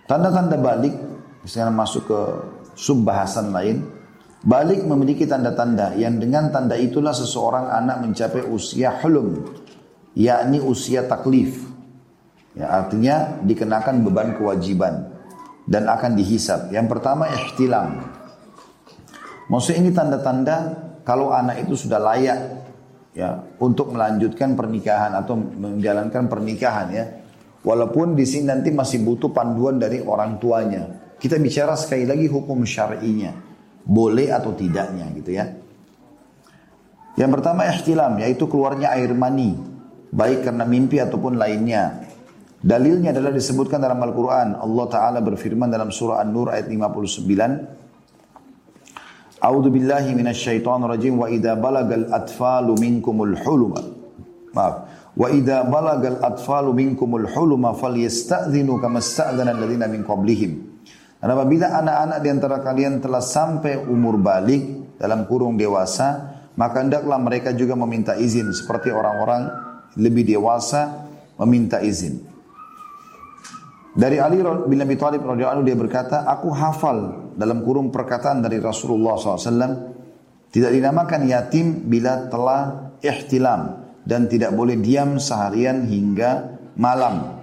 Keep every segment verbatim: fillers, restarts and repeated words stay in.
Tanda-tanda balik, misalnya masuk ke subbahasan lain, balik memiliki tanda-tanda yang dengan tanda itulah seseorang anak mencapai usia hulum, yakni usia taklif. Ya, artinya dikenakan beban kewajiban dan akan dihisab. Yang pertama ihtilam. Maksudnya ini tanda-tanda kalau anak itu sudah layak ya untuk melanjutkan pernikahan atau menjalankan pernikahan ya. Walaupun di sini nanti masih butuh panduan dari orang tuanya. Kita bicara sekali lagi hukum syar'inya, boleh atau tidaknya gitu ya. Yang pertama ihtilam, yaitu keluarnya air mani, baik karena mimpi ataupun lainnya. Dalilnya adalah disebutkan dalam Al-Quran. Allah Ta'ala berfirman dalam surah An-Nur ayat lima puluh sembilan. A'udzu billahi minasyaitonir rajim wa idza balagal atfalu minkumul huluma. Maaf. Wa idza balagal atfalu minkumul huluma falyasta'dhinu kama sta'dzana alladziina min qablihim. Dan apabila anak-anak di antara kalian telah sampai umur balik dalam kurung dewasa, maka hendaklah mereka juga meminta izin seperti orang-orang lebih dewasa meminta izin. Dari Ali bin Abi Thalib radhiyallahu anhu dia berkata, aku hafal dalam kurung perkataan dari Rasulullah shallallahu alaihi wasallam, tidak dinamakan yatim bila telah ihtilam dan tidak boleh diam seharian hingga malam.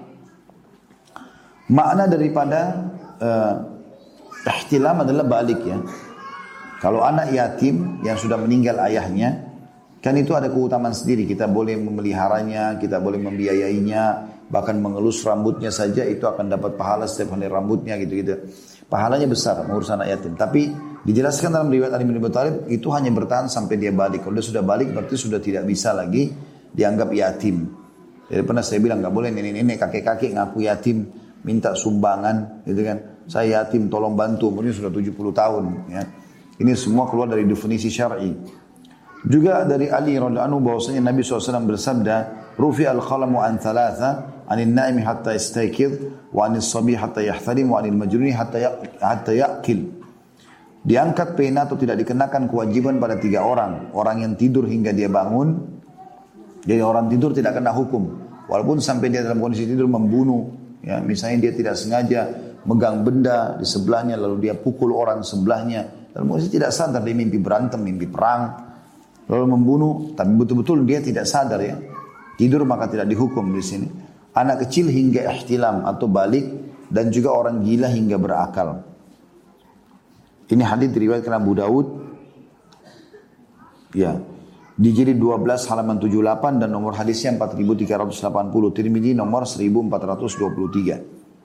Makna daripada uh, ihtilam adalah balik ya. Kalau anak yatim yang sudah meninggal ayahnya, kan itu ada keutamaan sendiri. Kita boleh memeliharanya, kita boleh membiayainya, bahkan mengelus rambutnya saja itu akan dapat pahala setiap hari rambutnya gitu-gitu. Pahalanya besar mengurus anak yatim. Tapi dijelaskan dalam riwayat Ali bin Abi Thalib itu hanya bertahan sampai dia balik. Kalau dia sudah balik berarti sudah tidak bisa lagi dianggap yatim. Jadi pernah saya bilang nggak boleh nenek-nenek, kakek-kakek ngaku yatim, minta sumbangan, gitu kan? Saya yatim, tolong bantu. Umurnya sudah tujuh puluh tahun. Ya. Ini semua keluar dari definisi syar'i. Juga dari Ali radhiyallahu anhu bahwasanya Nabi shallallahu alaihi wasallam bersabda, "Rufi al-qalamu an thalatha, anil naimi hatta yastayqidh, wa anil sabi hatta yahtalim, wa anil majnuni hatta ya, hatta yaqil." Diangkat pena atau tidak dikenakan kewajiban pada tiga orang, orang yang tidur hingga dia bangun. Jadi orang tidur tidak kena hukum, walaupun sampai dia dalam kondisi tidur membunuh, ya misalnya dia tidak sengaja megang benda di sebelahnya lalu dia pukul orang sebelahnya, dalam kondisi tidak sadar dia mimpi berantem, mimpi perang, lalu membunuh, tapi betul-betul dia tidak sadar ya, tidur maka tidak dihukum di sini. Anak kecil hingga ihtilam atau balik dan juga orang gila hingga berakal. Ini hadis diriwayatkan Abu Daud, ya. Di jilid dua belas halaman tujuh puluh delapan dan nomor hadisnya empat ribu tiga ratus delapan puluh. Tirmidzi nomor seribu empat ratus dua puluh tiga.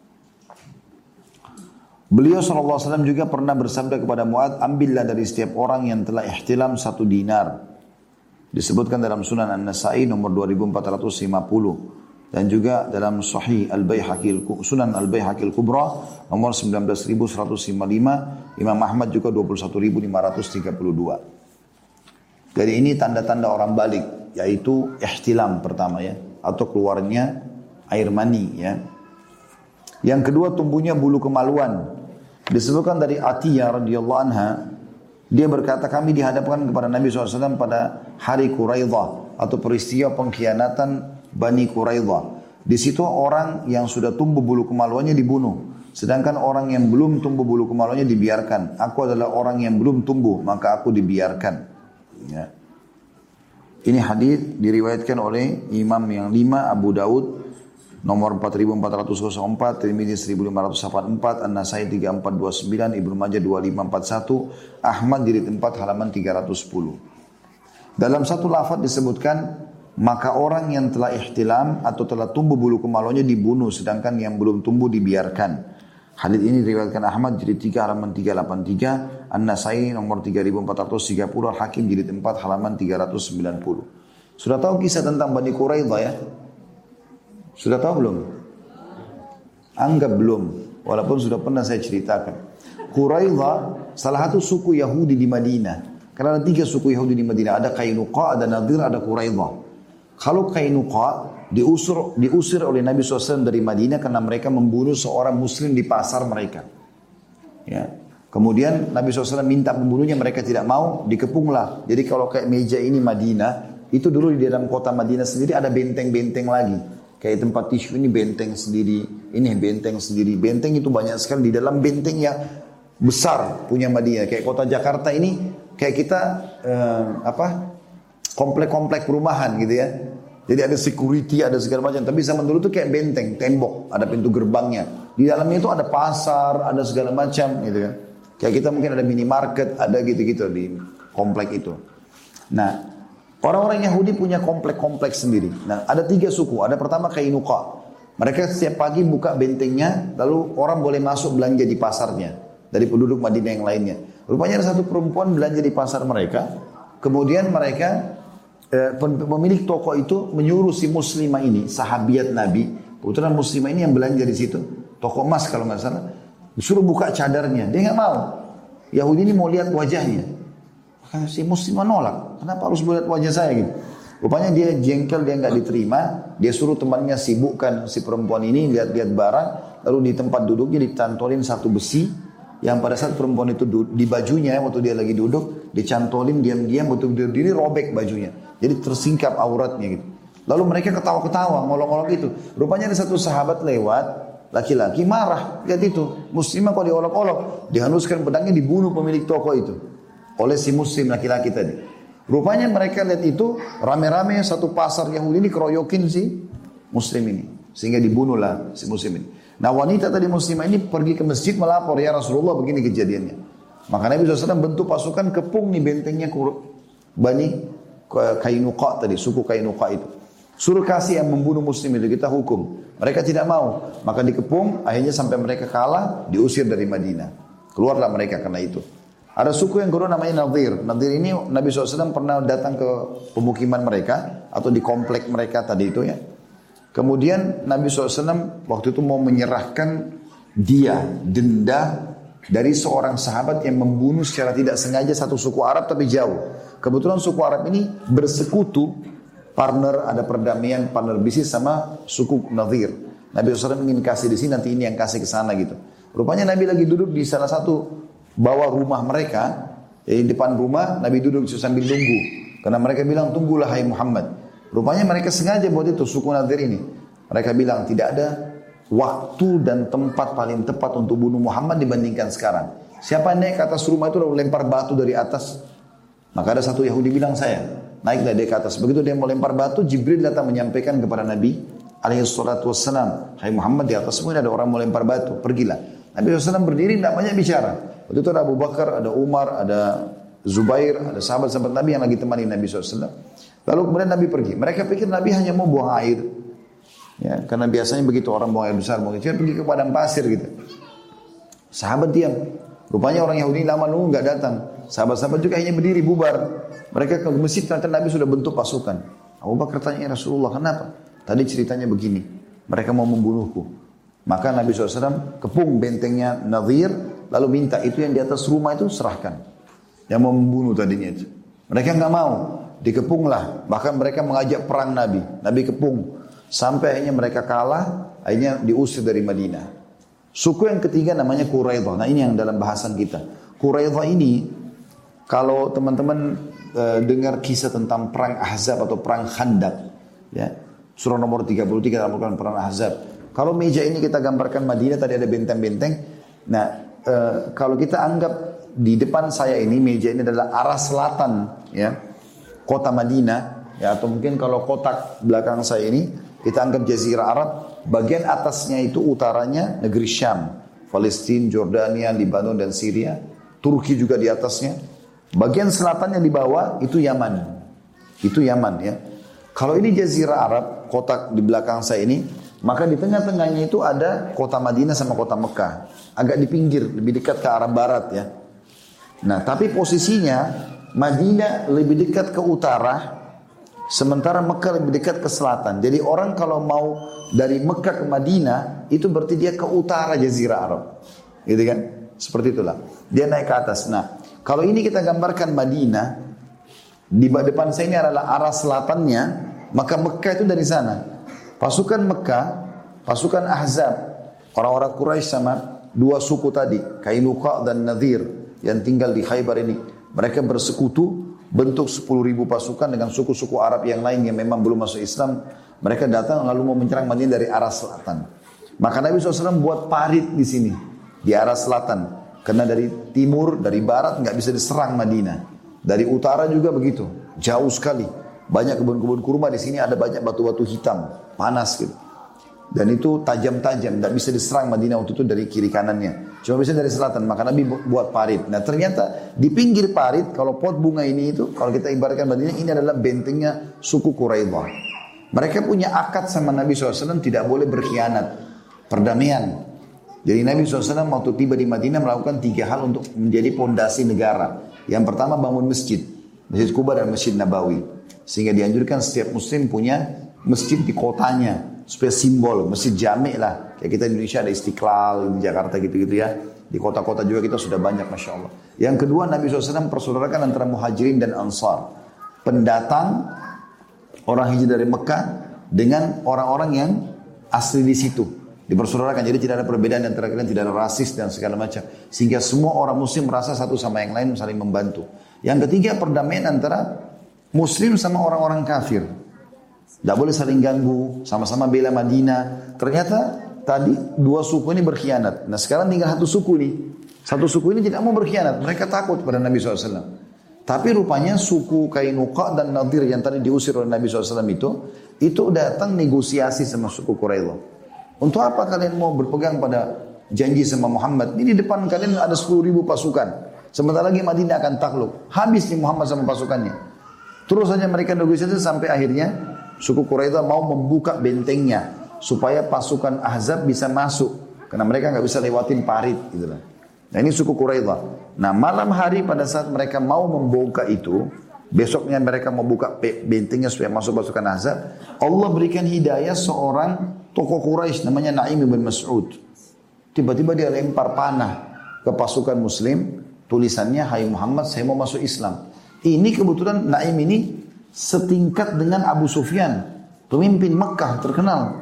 Beliau shallallahu alaihi wasallam juga pernah bersabda kepada Mu'adz, ambillah dari setiap orang yang telah ihtilam satu dinar. Disebutkan dalam Sunan An-Nasa'i nomor dua ribu empat ratus lima puluh. Dan juga dalam Sahih Al-Baihaqi, Sunan Al-Baihaqi Al-Kubra nomor sembilan belas ribu seratus lima puluh lima. Imam Ahmad juga dua puluh satu ribu lima ratus tiga puluh dua. Jadi ini tanda-tanda orang balik, yaitu ihtilam pertama ya, atau keluarnya air mani ya. Yang kedua tumbuhnya bulu kemaluan. Disebutkan dari Atiyah radhiyallahu anha, dia berkata kami dihadapkan kepada Nabi shallallahu alaihi wasallam pada hari Quraidah atau peristiwa pengkhianatan Bani Quraidah. Di situ orang yang sudah tumbuh bulu kemaluannya dibunuh, sedangkan orang yang belum tumbuh bulu kemaluannya dibiarkan. Aku adalah orang yang belum tumbuh, maka aku dibiarkan. Ya. Ini hadis diriwayatkan oleh Imam yang lima, Abu Daud nomor empat ribu empat ratus empat, Tirmidzi seribu lima ratus delapan puluh empat, An-Nasai tiga ribu empat ratus dua puluh sembilan, Ibnu Majah dua ribu lima ratus empat puluh satu, Ahmad jilid empat halaman tiga ratus sepuluh. Dalam satu lafaz disebutkan, maka orang yang telah ihtilam atau telah tumbuh bulu kemaluannya dibunuh, sedangkan yang belum tumbuh dibiarkan. Hadis ini diriwayatkan Ahmad jilid tiga halaman tiga ratus delapan puluh tiga, An-Nasai nomor tiga ribu empat ratus tiga puluh, Hakim jilid empat halaman tiga ratus sembilan puluh. Sudah tahu kisah tentang Bani Quraidah ya? Sudah tahu belum? Anggap belum, walaupun sudah pernah saya ceritakan. Quraidah salah satu suku Yahudi di Madinah. Karena ada tiga suku Yahudi di Madinah, ada Qainuqa, ada Nadir, ada Quraidah. Kalau Qainuqa diusir, diusir oleh Nabi shallallahu alaihi wasallam dari Madinah karena mereka membunuh seorang muslim di pasar mereka. Ya. Kemudian Nabi shallallahu alaihi wasallam minta pembunuhnya, mereka tidak mau, dikepunglah. Jadi kalau kayak meja ini Madinah, itu dulu di dalam kota Madinah sendiri ada benteng-benteng lagi. Kayak tempat tisu ini benteng sendiri, ini benteng sendiri. Benteng itu banyak sekali di dalam benteng yang besar punya Madinah. Kayak kota Jakarta ini, kayak kita eh, apa komplek-komplek perumahan gitu ya. Jadi ada security, ada segala macam. Tapi zaman dulu tuh kayak benteng, tembok, ada pintu gerbangnya. Di dalamnya itu ada pasar, ada segala macam gitu kan. Kayak kita mungkin ada minimarket, ada gitu-gitu di komplek itu. Nah, orang-orang Yahudi punya komplek-komplek sendiri. Nah, ada tiga suku. Ada pertama Kainuqa. Mereka setiap pagi buka bentengnya, lalu orang boleh masuk belanja di pasarnya dari penduduk Madinah yang lainnya. Rupanya ada satu perempuan belanja di pasar mereka. Kemudian mereka eh, pemilik toko itu menyuruh si muslimah ini, sahabiat Nabi, putra muslimah ini yang belanja di situ, toko emas kalau nggak salah, disuruh buka cadarnya. Dia nggak mau. Yahudi ini mau lihat wajahnya. Maka si muslimah nolak. Kenapa harus melihat wajah saya gitu? Rupanya dia jengkel, dia nggak diterima. Dia suruh temannya sibukkan si perempuan ini lihat-lihat barang. Lalu di tempat duduknya dicantolin satu besi yang pada saat perempuan itu di bajunya waktu dia lagi duduk dicantolin diam-diam, waktu berdiri robek bajunya. Jadi tersingkap auratnya gitu. Lalu mereka ketawa-ketawa, ngolok-ngolok itu. Rupanya ada satu sahabat lewat, laki-laki marah, lihat itu. Muslimah kok diolok-olok, dihanuskan pedangnya, dibunuh pemilik toko itu oleh si muslim laki-laki tadi. Rupanya mereka lihat itu rame-rame satu pasar Yahudi ini keroyokin si muslim ini, sehingga dibunuhlah si muslim ini. Nah, wanita tadi muslimah ini pergi ke masjid melapor, ya Rasulullah begini kejadiannya. Maka Nabi shallallahu alaihi wasallam bentuk pasukan kepung nih bentengnya Bani Kainuqa tadi, suku Kainuqa itu. Suruh kasih yang membunuh muslim itu, kita hukum. Mereka tidak mau, maka dikepung, akhirnya sampai mereka kalah, diusir dari Madinah. Keluarlah mereka karena itu. Ada suku yang kedua namanya Nadir. Nadir ini Nabi shallallahu alaihi wasallam pernah datang ke pemukiman mereka, atau di komplek mereka tadi itu ya. Kemudian Nabi shallallahu alaihi wasallam waktu itu mau menyerahkan dia, denda dari seorang sahabat yang membunuh secara tidak sengaja satu suku Arab tapi jauh. Kebetulan suku Arab ini bersekutu, partner, ada perdamaian, partner bisnis sama suku Nadir. Nabi shallallahu alaihi wasallam ingin kasih di sini, nanti ini yang kasih ke sana gitu. Rupanya Nabi lagi duduk di salah satu bawah rumah mereka, di depan rumah, Nabi duduk sambil nunggu. Karena mereka bilang, tunggulah hai Muhammad. Rupanya mereka sengaja buat itu, suku Nadir ini. Mereka bilang, tidak ada waktu dan tempat paling tepat untuk bunuh Muhammad dibandingkan sekarang. Siapa naik ke atas rumah itu lalu lempar batu dari atas? Maka ada satu Yahudi bilang, saya naiklah dia ke atas. Begitu dia mau lempar batu, Jibril datang menyampaikan kepada Nabi alaihi salatu wassalam, hai Muhammad, di atasmu ini ada orang mau lempar batu, pergilah. Nabi shallallahu alaihi wasallam berdiri, tidak banyak bicara. Waktu itu ada Abu Bakar, ada Umar, ada Zubair, ada sahabat-sahabat Nabi yang lagi temani Nabi shallallahu alaihi wasallam. Lalu kemudian Nabi pergi. Mereka pikir Nabi hanya mau buang air. Ya, karena biasanya begitu orang buang air besar, buang kecil, pergi ke padang pasir gitu. Sahabat diam. Rupanya orang Yahudi lama nunggu nggak datang. Sahabat-sahabat juga hanya berdiri bubar. Mereka ke masjid, ternyata Nabi sudah bentuk pasukan. Abu Bakar tanya, Rasulullah kenapa? Tadi ceritanya begini. Mereka mau membunuhku. Maka Nabi shallallahu alaihi wasallam kepung bentengnya Nadir, lalu minta itu yang di atas rumah itu serahkan. Yang mau membunuh tadinya itu. Mereka nggak mau. Dikepunglah, bahkan mereka mengajak perang Nabi. Nabi kepung, sampai akhirnya mereka kalah, akhirnya diusir dari Madinah. Suku yang ketiga namanya Quraidah. Nah ini yang dalam bahasan kita. Quraidah ini, kalau teman-teman e, dengar kisah tentang perang Ahzab atau perang Khandaq, ya, surah nomor tiga puluh tiga dalam Al-Quran, perang Ahzab. Kalau meja ini kita gambarkan Madinah, tadi ada benteng-benteng. Nah, e, kalau kita anggap di depan saya ini, meja ini adalah arah selatan, ya, kota Madinah, ya, atau mungkin kalau kotak belakang saya ini kita anggap Jazirah Arab, bagian atasnya itu utaranya negeri Syam, Palestina, Jordania, Lebanon dan Syria, Turki juga di atasnya. Bagian selatannya di bawah itu Yaman, itu Yaman ya. Kalau ini Jazirah Arab, kotak di belakang saya ini, maka di tengah-tengahnya itu ada kota Madinah sama kota Mekah, agak di pinggir, lebih dekat ke arah barat ya. Nah, tapi posisinya Madinah lebih dekat ke utara, sementara Mekah lebih dekat ke selatan. Jadi orang kalau mau dari Mekah ke Madinah, itu berarti dia ke utara Jazirah Arab. Gitu kan? Seperti itulah. Dia naik ke atas. Nah, kalau ini kita gambarkan Madinah, di depan saya ini adalah arah selatannya, maka Mekah itu dari sana. Pasukan Mekah, pasukan Ahzab, orang-orang Quraisy sama dua suku tadi, Kainuqa dan Nadir, yang tinggal di Khaybar ini. Mereka bersekutu, bentuk sepuluh ribu pasukan dengan suku-suku Arab yang lain yang memang belum masuk Islam. Mereka datang lalu mau menyerang Madinah dari arah selatan. Maka Nabi shallallahu alaihi wasallam buat parit di sini, di arah selatan. Karena dari timur, dari barat nggak bisa diserang Madinah. Dari utara juga begitu, jauh sekali. Banyak kebun-kebun kurma di sini, ada banyak batu-batu hitam, panas gitu. Dan itu tajam-tajam, nggak bisa diserang Madinah waktu itu dari kiri kanannya. Cuma bisa dari selatan, maka Nabi buat parit. Nah ternyata di pinggir parit, kalau pot bunga ini itu, kalau kita ibaratkan Madinah, ini adalah bentengnya suku Quraidah. Mereka punya akad sama Nabi shallallahu alaihi wasallam tidak boleh berkhianat. Perdamaian. Jadi Nabi shallallahu alaihi wasallam waktu tiba di Madinah melakukan tiga hal untuk menjadi pondasi negara. Yang pertama bangun masjid. Masjid Quba dan Masjid Nabawi. Sehingga dianjurkan setiap muslim punya masjid di kotanya. Supaya simbol, masjid jami' lah. Kayak kita di Indonesia ada Istiqlal, di Jakarta gitu-gitu ya. Di kota-kota juga kita sudah banyak Masya Allah. Yang kedua Nabi shallallahu alaihi wasallam persaudarakan antara muhajirin dan ansar. Pendatang, orang hijrah dari Mekah dengan orang-orang yang asli di situ. Dipersaudarakan, jadi tidak ada perbedaan antara kalian, tidak ada rasis dan segala macam. Sehingga semua orang muslim merasa satu sama yang lain saling membantu. Yang ketiga perdamaian antara muslim sama orang-orang kafir. Tidak boleh saling ganggu, sama-sama bela Madinah. Ternyata tadi dua suku ini berkhianat. Nah sekarang tinggal satu suku nih. Satu suku ini tidak mau berkhianat. Mereka takut pada Nabi shallallahu alaihi wasallam. Tapi rupanya suku Kainuqa dan Nadir yang tadi diusir oleh Nabi shallallahu alaihi wasallam itu, itu datang negosiasi sama suku Quraidah. Untuk apa kalian mau berpegang pada janji sama Muhammad? Ini di depan kalian ada sepuluh ribu pasukan. Sebentar lagi Madinah akan takluk. Habis nih Muhammad sama pasukannya. Terus saja mereka negosiasi sampai akhirnya suku Quraidah mau membuka bentengnya. Supaya pasukan Ahzab bisa masuk. Karena mereka nggak bisa lewatin parit. Gitu lah. Nah ini suku Quraidah. Nah malam hari pada saat mereka mau membuka itu. Besoknya mereka mau buka bentengnya supaya masuk pasukan Ahzab. Allah berikan hidayah seorang tokoh Quraisy namanya Naim bin Mas'ud. Tiba-tiba dia lempar panah ke pasukan muslim. Tulisannya, hai Muhammad saya mau masuk Islam. Ini kebetulan Naim ini setingkat dengan Abu Sufyan. Pemimpin Mekah terkenal.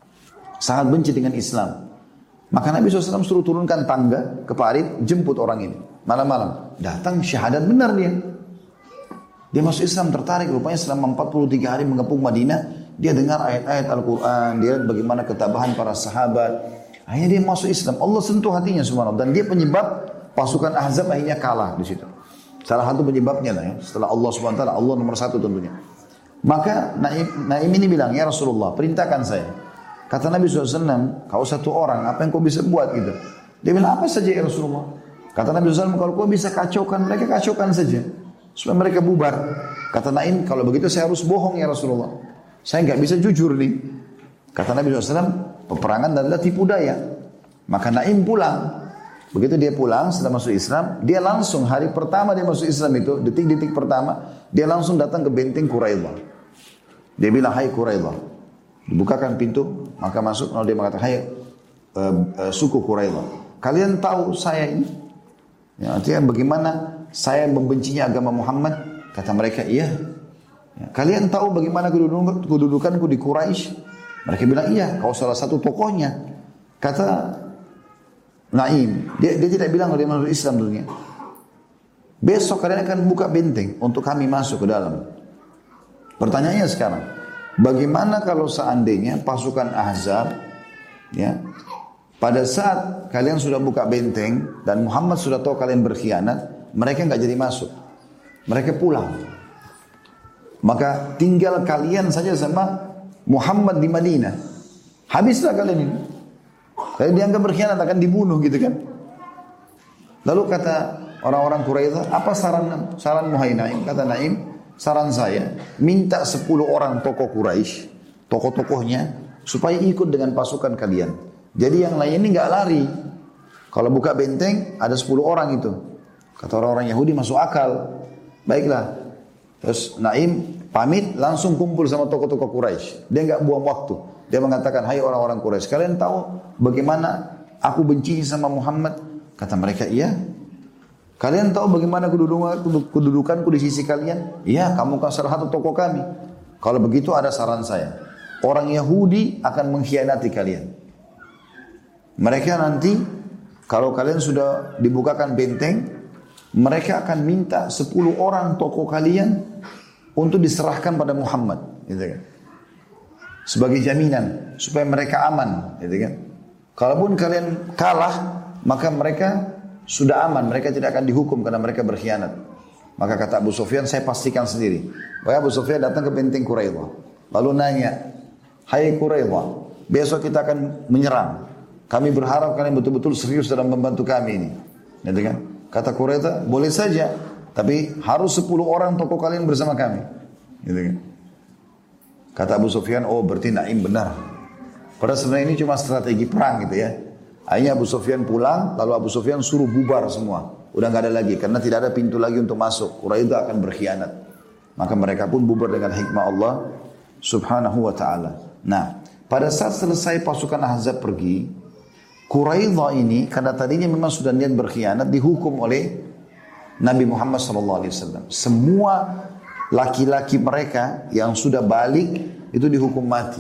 Sangat benci dengan Islam. Maka Nabi shallallahu alaihi wasallam suruh turunkan tangga ke parit. Jemput orang ini. Malam-malam. Datang syahadat benar dia. Dia masuk Islam tertarik. Rupanya selama empat puluh tiga hari mengepung Madinah. Dia dengar ayat-ayat Al-Quran. Dia lihat bagaimana ketabahan para sahabat. Akhirnya dia masuk Islam. Allah sentuh hatinya subhanallah. Dan dia penyebab pasukan Ahzab akhirnya kalah di situ. Salah satu penyebabnya lah ya. Setelah Allah subhanahu wa taala. Allah nomor satu tentunya. Maka Naim, Naim ini bilang, ya Rasulullah perintahkan saya. Kata Nabi shallallahu alaihi wasallam, kau satu orang. Apa yang kau bisa buat gitu. Dia bilang apa saja ya Rasulullah. Kata Nabi shallallahu alaihi wasallam, kalau kau bisa kacaukan mereka, kacaukan saja. Supaya mereka bubar. Kata Naim, kalau begitu saya harus bohong ya Rasulullah. Saya nggak bisa jujur nih. Kata Nabi shallallahu alaihi wasallam, peperangan adalah tipu daya. Maka Naim pulang. Begitu dia pulang setelah masuk Islam, dia langsung hari pertama dia masuk Islam itu, detik-detik pertama, dia langsung datang ke benteng Quraidah. Dia bilang, hai Quraidah. Dibukakan pintu, maka masuk. Lalu dia mengatakan, hai uh, uh, suku Quraidah. Kalian tahu saya ini? Ya, artinya bagaimana saya membencinya agama Muhammad? Kata mereka, iya. Ya, kalian tahu bagaimana kedudukan, kedudukanku di Quraisy? Mereka bilang, iya, kau salah satu tokohnya. Kata Naim, dia, dia tidak bilang dia masuk Islam dunia. Besok kalian akan buka benteng untuk kami masuk ke dalam. Pertanyaannya sekarang, bagaimana kalau seandainya pasukan Ahzab, ya, pada saat kalian sudah buka benteng dan Muhammad sudah tahu kalian berkhianat, mereka nggak jadi masuk, mereka pulang. Maka tinggal kalian saja sama Muhammad di Madinah. Habislah kalian ini. Kalau dianggap berkhianat akan dibunuh gitu kan. Lalu kata orang-orang Quraisy, apa saran saran hai Naim? Kata Naim, saran saya minta sepuluh orang tokoh Quraisy, tokoh-tokohnya supaya ikut dengan pasukan kalian. Jadi yang lain ini nggak lari. Kalau buka benteng ada sepuluh orang itu. Kata orang-orang Yahudi masuk akal. Baiklah. Terus Naim pamit langsung kumpul sama tokoh-tokoh Quraisy. Dia nggak buang waktu. Dia mengatakan, hai orang-orang Quraisy, kalian tahu bagaimana aku benci sama Muhammad? Kata mereka, iya. Kalian tahu bagaimana kedudukan, kedudukanku di sisi kalian? Iya, kamu kan salah satu tokoh kami. Kalau begitu ada saran saya. Orang Yahudi akan mengkhianati kalian. Mereka nanti, kalau kalian sudah dibukakan benteng, mereka akan minta sepuluh orang tokoh kalian untuk diserahkan pada Muhammad. Gitu kan? Sebagai jaminan supaya mereka aman, gitu kan? Kalaupun kalian kalah, maka mereka sudah aman, mereka tidak akan dihukum karena mereka berkhianat. Maka kata Abu Sufyan, saya pastikan sendiri. Maka Abu Sufyan datang ke benteng Quraidah, lalu nanya, hai Quraidah, besok kita akan menyerang. Kami berharap kalian betul-betul serius dalam membantu kami ini. Gitu kan? Kata Quraidah, boleh saja, tapi harus sepuluh orang tokoh kalian bersama kami. Gitu kan? Kata Abu Sufyan, oh berarti Naim benar. Padahal sebenarnya ini cuma strategi perang gitu ya. Akhirnya Abu Sufyan pulang, lalu Abu Sufyan suruh bubar semua. Udah nggak ada lagi, karena tidak ada pintu lagi untuk masuk. Quraidah akan berkhianat. Maka mereka pun bubar dengan hikmah Allah subhanahu wa ta'ala. Nah, pada saat selesai pasukan Ahzab pergi, Quraidah ini, karena tadinya memang sudah niat berkhianat, dihukum oleh Nabi Muhammad shallallahu alaihi wasallam. Semua laki-laki mereka yang sudah balik itu dihukum mati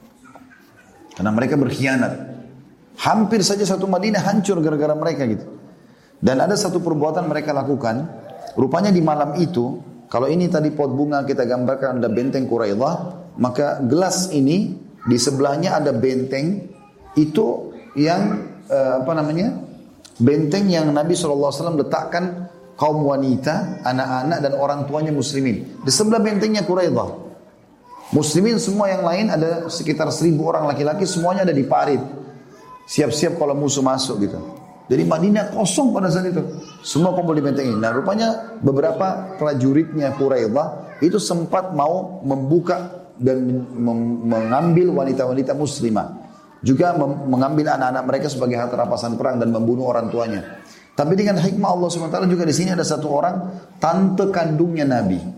karena mereka berkhianat. Hampir saja satu Madinah hancur gara-gara mereka gitu. Dan ada satu perbuatan mereka lakukan, rupanya di malam itu, kalau ini tadi pot bunga kita gambarkan ada benteng Quraidah, maka gelas ini di sebelahnya ada benteng itu yang eh, apa namanya, benteng yang Nabi shallallahu alaihi wasallam letakkan kaum wanita, anak-anak dan orang tuanya muslimin. Di sebelah bentengnya Quraidah. Muslimin semua yang lain ada sekitar seribu orang laki-laki, semuanya ada di parit. Siap-siap kalau musuh masuk gitu. Jadi Madinah kosong pada saat itu. Semua kumpul di benteng ini. Nah rupanya beberapa prajuritnya Quraidah itu sempat mau membuka dan mengambil wanita-wanita muslimah. Juga mengambil anak-anak mereka sebagai harta rampasan perang dan membunuh orang tuanya. Tapi dengan hikmah Allah subhanahu wa taala juga di sini ada satu orang tante kandungnya Nabi,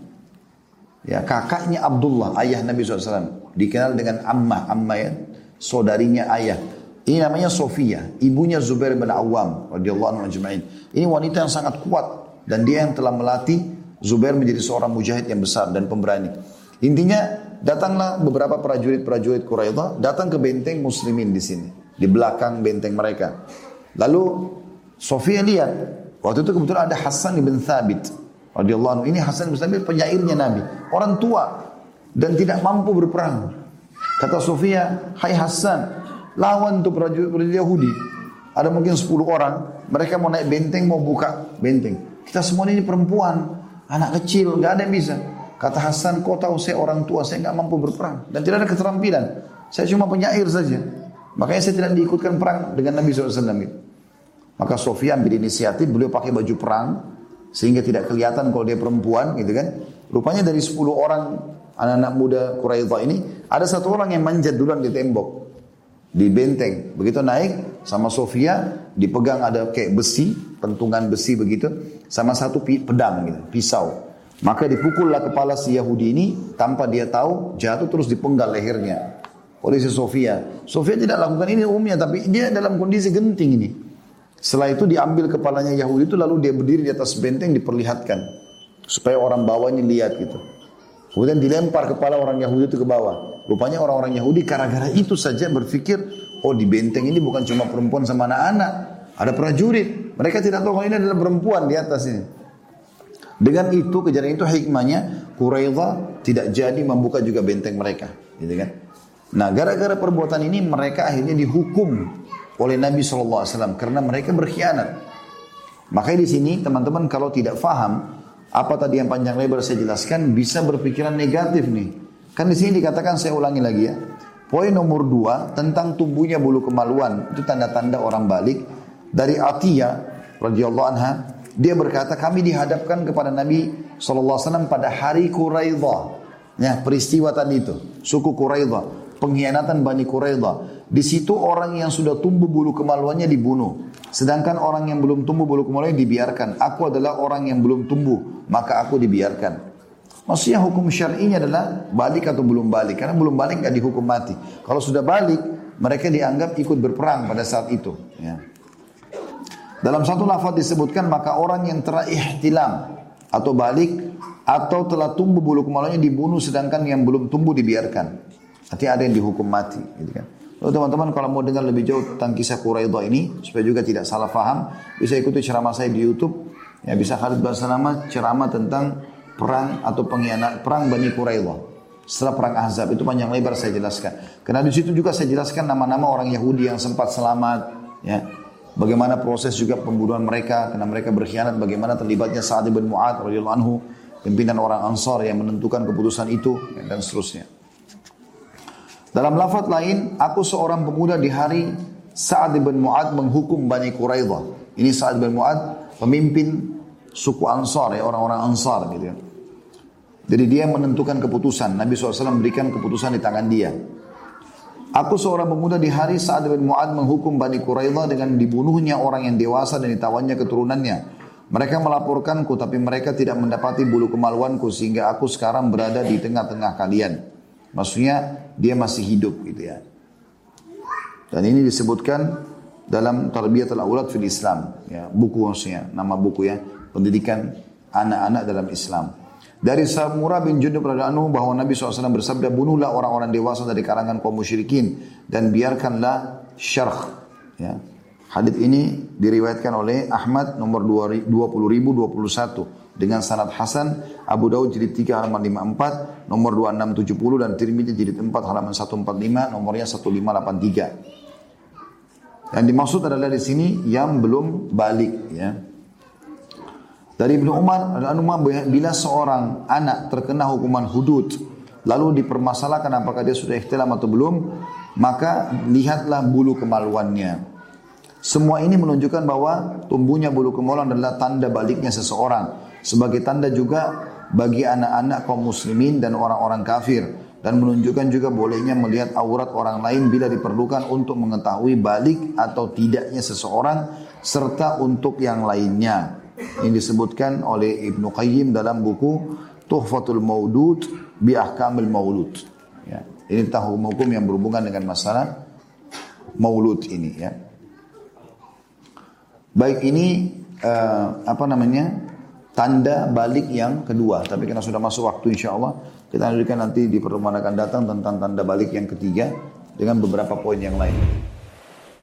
ya kakaknya Abdullah, ayah Nabi shallallahu alaihi wasallam, dikenal dengan Ammah, Ammah ya, saudarinya ayah. Ini namanya Sofia, ibunya Zubair bin Awam radhiyallahu anhu ajma'in. Ini wanita yang sangat kuat dan dia yang telah melatih Zubair menjadi seorang mujahid yang besar dan pemberani. Intinya datanglah beberapa prajurit-prajurit Quraidah datang ke benteng muslimin di sini, di belakang benteng mereka. Lalu Sofia lihat, waktu itu kebetulan ada Hasan bin Thabit radhiyallahu anhu. Ini Hasan bin Thabit penyairnya Nabi, orang tua dan tidak mampu berperang. Kata Sofia, hai Hasan, lawan untuk prajurit Yahudi. Ada mungkin sepuluh orang, mereka mau naik benteng, mau buka benteng. Kita semua ini perempuan, anak kecil, nggak ada yang bisa. Kata Hasan, kau tahu saya orang tua, saya nggak mampu berperang dan tidak ada keterampilan. Saya cuma penyair saja. Makanya saya tidak diikutkan perang dengan Nabi shallallahu alaihi wasallam. Maka Sofia ambil inisiatif, beliau pakai baju perang sehingga tidak kelihatan kalau dia perempuan gitu kan. Rupanya dari sepuluh orang anak-anak muda Quraidah ini ada satu orang yang manjat duluan di tembok, di benteng. Begitu naik sama Sofia, dipegang ada kayak besi, pentungan besi begitu, sama satu pedang gitu, pisau. Maka dipukullah kepala si Yahudi ini tanpa dia tahu, jatuh terus dipenggal lehernya oleh si Sofia. Sofia tidak lakukan ini umumnya, tapi dia dalam kondisi genting ini. Setelah itu diambil kepalanya Yahudi itu, lalu dia berdiri di atas benteng diperlihatkan supaya orang bawahnya lihat gitu. Kemudian dilempar kepala orang Yahudi itu ke bawah. Rupanya orang-orang Yahudi gara-gara itu saja berpikir, oh di benteng ini bukan cuma perempuan sama anak-anak, ada prajurit. Mereka tidak tahu kalau ini adalah perempuan di atas ini. Dengan itu, kejadian itu hikmahnya Quraidah tidak jadi membuka juga benteng mereka, gitu kan? Nah, gara-gara perbuatan ini mereka akhirnya dihukum oleh Nabi shallallahu alaihi wasallam karena mereka berkhianat. Makanya di sini teman-teman kalau tidak faham apa tadi yang panjang lebar saya jelaskan, bisa berpikiran negatif nih. Kan di sini dikatakan, saya ulangi lagi ya. Poin nomor dua tentang tumbuhnya bulu kemaluan, itu tanda-tanda orang balik. Dari Atiyah radhiyallahu anha, dia berkata kami dihadapkan kepada Nabi shallallahu alaihi wasallam pada hari Quraidah. Ya, peristiwa tadi itu, suku Quraidah. Pengkhianatan Bani Quraidah. Di situ orang yang sudah tumbuh bulu kemaluannya dibunuh. Sedangkan orang yang belum tumbuh bulu kemaluannya dibiarkan. Aku adalah orang yang belum tumbuh, maka aku dibiarkan. Maksudnya hukum syar'inya adalah balik atau belum balik. Karena belum balik gak dihukum mati. Kalau sudah balik, mereka dianggap ikut berperang pada saat itu. Ya. Dalam satu lafaz disebutkan, maka orang yang telah ihtilam atau balik atau telah tumbuh bulu kemaluannya dibunuh, sedangkan yang belum tumbuh dibiarkan. Artinya ada yang dihukum mati, gitu kan. Lalu teman-teman kalau mau dengar lebih jauh tentang kisah Quraidah ini, supaya juga tidak salah faham, bisa ikuti ceramah saya di YouTube. Ya, bisa Khalid Basalamah ceramah tentang perang atau pengkhianat perang Bani Quraidah. setelah perang Ahzab. Itu panjang lebar saya jelaskan. Karena di situ juga saya jelaskan nama-nama orang Yahudi yang sempat selamat, ya. Bagaimana proses juga pembunuhan mereka karena mereka berkhianat, bagaimana terlibatnya Sa'ad bin Mu'adz radhiyallahu anhu, pimpinan orang Ansar yang menentukan keputusan itu, dan seterusnya. Dalam lafaz lain, aku seorang pemuda di hari Sa'ad bin Mu'adz menghukum Bani Quraidah. Ini Sa'ad bin Mu'adz pemimpin suku Ansar, ya, orang-orang Ansar gitu ya. Jadi dia menentukan keputusan. Nabi shallallahu alaihi wasallam berikan keputusan di tangan dia. Aku seorang pemuda di hari Sa'ad bin Mu'adz menghukum Bani Quraidah dengan dibunuhnya orang yang dewasa dan ditawannya keturunannya. Mereka melaporkanku tapi mereka tidak mendapati bulu kemaluanku sehingga aku sekarang berada di tengah-tengah kalian. Maksudnya dia masih hidup gitu ya. Dan ini disebutkan dalam Tarbiyatul Aulad fil Islam, ya, buku maksudnya, nama buku ya, pendidikan anak-anak dalam Islam. Dari Samurah bin Jundub radhiyallahu anhu bahwa Nabi shallallahu alaihi wasallam bersabda, bunuhlah orang-orang dewasa dari kalangan kaum musyrikin dan biarkanlah syarh. Ya. Hadits ini diriwayatkan oleh Ahmad nomor dua puluh ribu dua puluh satu dengan sanad hasan, Abu Daud jilid tiga halaman lima puluh empat, nomor dua enam tujuh nol dan Tirmidzi jilid empat halaman seratus empat puluh lima, nomornya seribu lima ratus delapan puluh tiga. Yang dimaksud adalah di sini yang belum balik, ya. Dari Ibnu Umar, bila seorang anak terkena hukuman hudud, lalu dipermasalahkan apakah dia sudah ihtilam atau belum, maka lihatlah bulu kemaluannya. Semua ini menunjukkan bahwa tumbuhnya bulu kemaluan adalah tanda baliknya seseorang, sebagai tanda juga bagi anak-anak kaum muslimin dan orang-orang kafir, dan menunjukkan juga bolehnya melihat aurat orang lain bila diperlukan untuk mengetahui balik atau tidaknya seseorang, serta untuk yang lainnya. Ini disebutkan oleh Ibnu Qayyim dalam buku Tuhfatul Maudud bi Ahkamil Maulud. Ya, ini tentang hukum-hukum yang berhubungan dengan masalah maulud ini. Ya. Baik, ini uh, apa namanya tanda balik yang kedua. Tapi karena sudah masuk waktu, insya Allah kita lanjutkan nanti di pertemuan akan datang tentang tanda balik yang ketiga dengan beberapa poin yang lain.